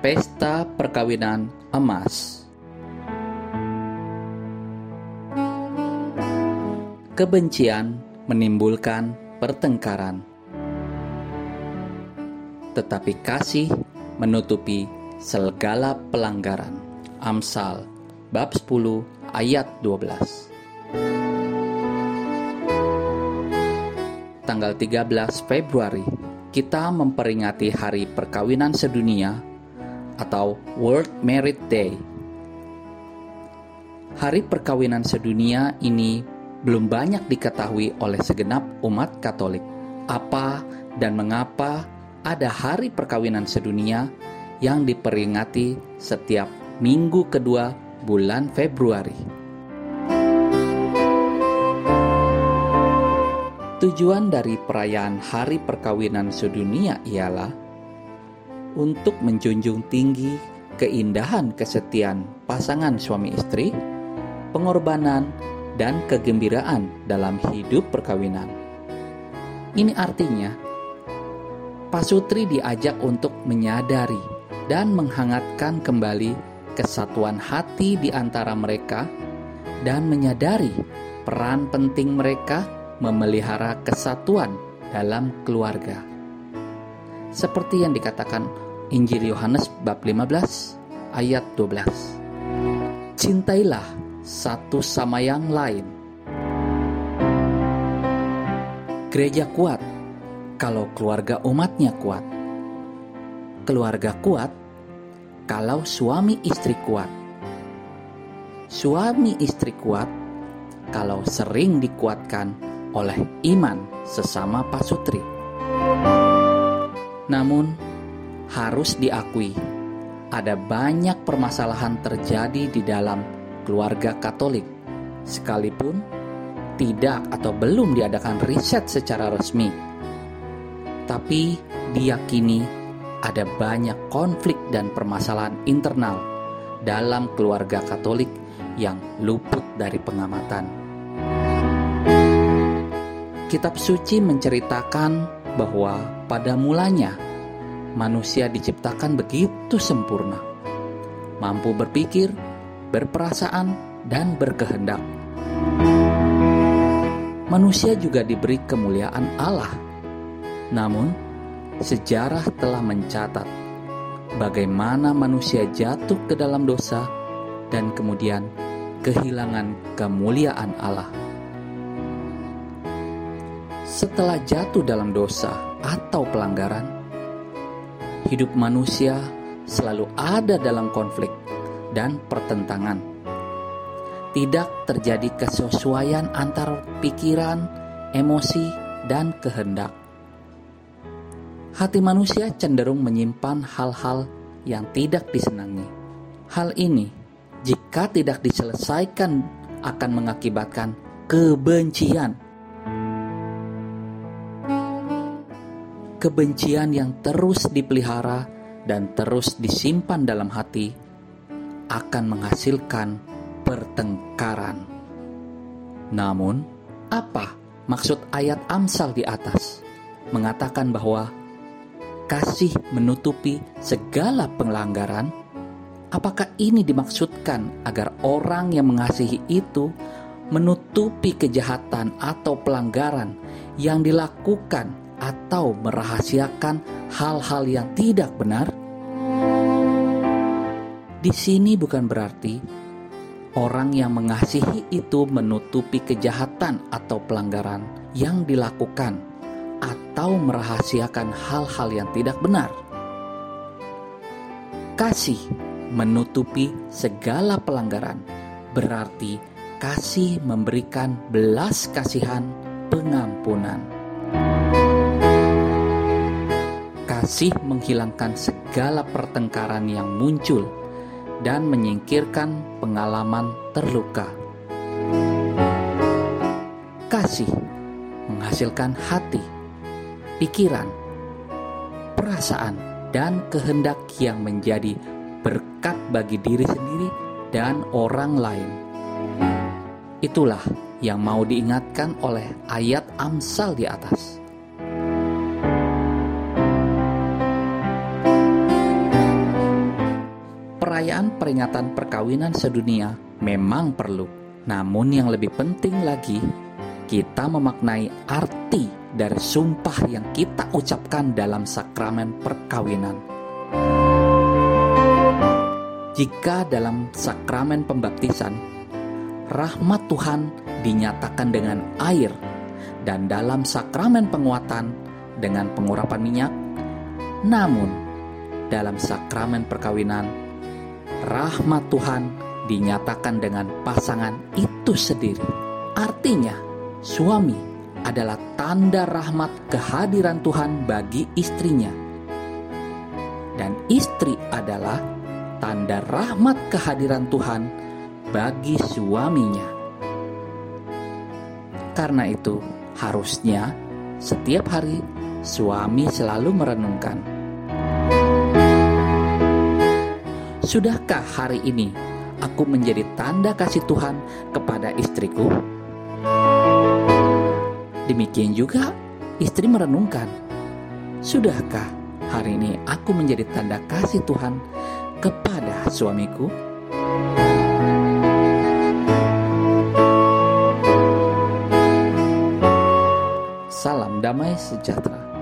Pesta perkawinan emas. Kebencian menimbulkan pertengkaran, tetapi kasih menutupi segala pelanggaran. Amsal bab 10 ayat 12. Tanggal 13 Februari kita memperingati hari perkawinan sedunia atau World Marriage Day. Hari perkawinan sedunia ini belum banyak diketahui oleh segenap umat Katolik. Apa dan mengapa ada hari perkawinan sedunia yang diperingati setiap minggu kedua bulan Februari? Tujuan dari perayaan hari perkawinan sedunia ialah untuk menjunjung tinggi keindahan kesetiaan pasangan suami istri, pengorbanan, dan kegembiraan dalam hidup perkawinan. Ini artinya, pasutri diajak untuk menyadari dan menghangatkan kembali kesatuan hati di antara mereka dan menyadari peran penting mereka memelihara kesatuan dalam keluarga. Seperti yang dikatakan Injil Yohanes bab 15 ayat 12. Cintailah satu sama yang lain. Gereja kuat kalau keluarga umatnya kuat. Keluarga kuat kalau suami istri kuat. Suami istri kuat kalau sering dikuatkan oleh iman sesama pasutri. Namun, harus diakui, ada banyak permasalahan terjadi di dalam keluarga Katolik, sekalipun tidak atau belum diadakan riset secara resmi. Tapi diyakini ada banyak konflik dan permasalahan internal dalam keluarga Katolik yang luput dari pengamatan. Kitab suci menceritakan bahwa pada mulanya manusia diciptakan begitu sempurna, mampu berpikir, berperasaan, dan berkehendak. Manusia juga diberi kemuliaan Allah. Namun, sejarah telah mencatat bagaimana manusia jatuh ke dalam dosa dan kemudian kehilangan kemuliaan Allah. Setelah jatuh dalam dosa atau pelanggaran, hidup manusia selalu ada dalam konflik dan pertentangan. Tidak terjadi kesesuaian antara pikiran, emosi, dan kehendak. Hati manusia cenderung menyimpan hal-hal yang tidak disenangi. Hal ini, jika tidak diselesaikan, akan mengakibatkan kebencian. Kebencian yang terus dipelihara dan terus disimpan dalam hati akan menghasilkan pertengkaran. Namun, apa maksud ayat Amsal di atas? Mengatakan bahwa kasih menutupi segala pelanggaran. Apakah ini dimaksudkan agar orang yang mengasihi itu menutupi kejahatan atau pelanggaran yang dilakukan atau merahasiakan hal-hal yang tidak benar? Di sini bukan berarti orang yang mengasihi itu menutupi kejahatan atau pelanggaran yang dilakukan atau merahasiakan hal-hal yang tidak benar. Kasih menutupi segala pelanggaran berarti kasih memberikan belas kasihan pengampunan. Kasih menghilangkan segala pertengkaran yang muncul dan menyingkirkan pengalaman terluka. Kasih menghasilkan hati, pikiran, perasaan, dan kehendak yang menjadi berkat bagi diri sendiri dan orang lain. Itulah yang mau diingatkan oleh ayat Amsal di atas. perayaan peringatan perkawinan sedunia memang perlu. Namun yang lebih penting lagi, kita memaknai arti dari sumpah yang kita ucapkan dalam sakramen perkawinan. Jika dalam sakramen pembaptisan, rahmat Tuhan dinyatakan dengan air, dan dalam sakramen penguatan dengan pengurapan minyak, namun dalam sakramen perkawinan, rahmat Tuhan dinyatakan dengan pasangan itu sendiri. Artinya, suami adalah tanda rahmat kehadiran Tuhan bagi istrinya, dan istri adalah tanda rahmat kehadiran Tuhan bagi suaminya. Karena itu, harusnya setiap hari suami selalu merenungkan, sudahkah hari ini aku menjadi tanda kasih Tuhan kepada istriku? Demikian juga istri merenungkan, sudahkah hari ini aku menjadi tanda kasih Tuhan kepada suamiku? Salam damai sejahtera.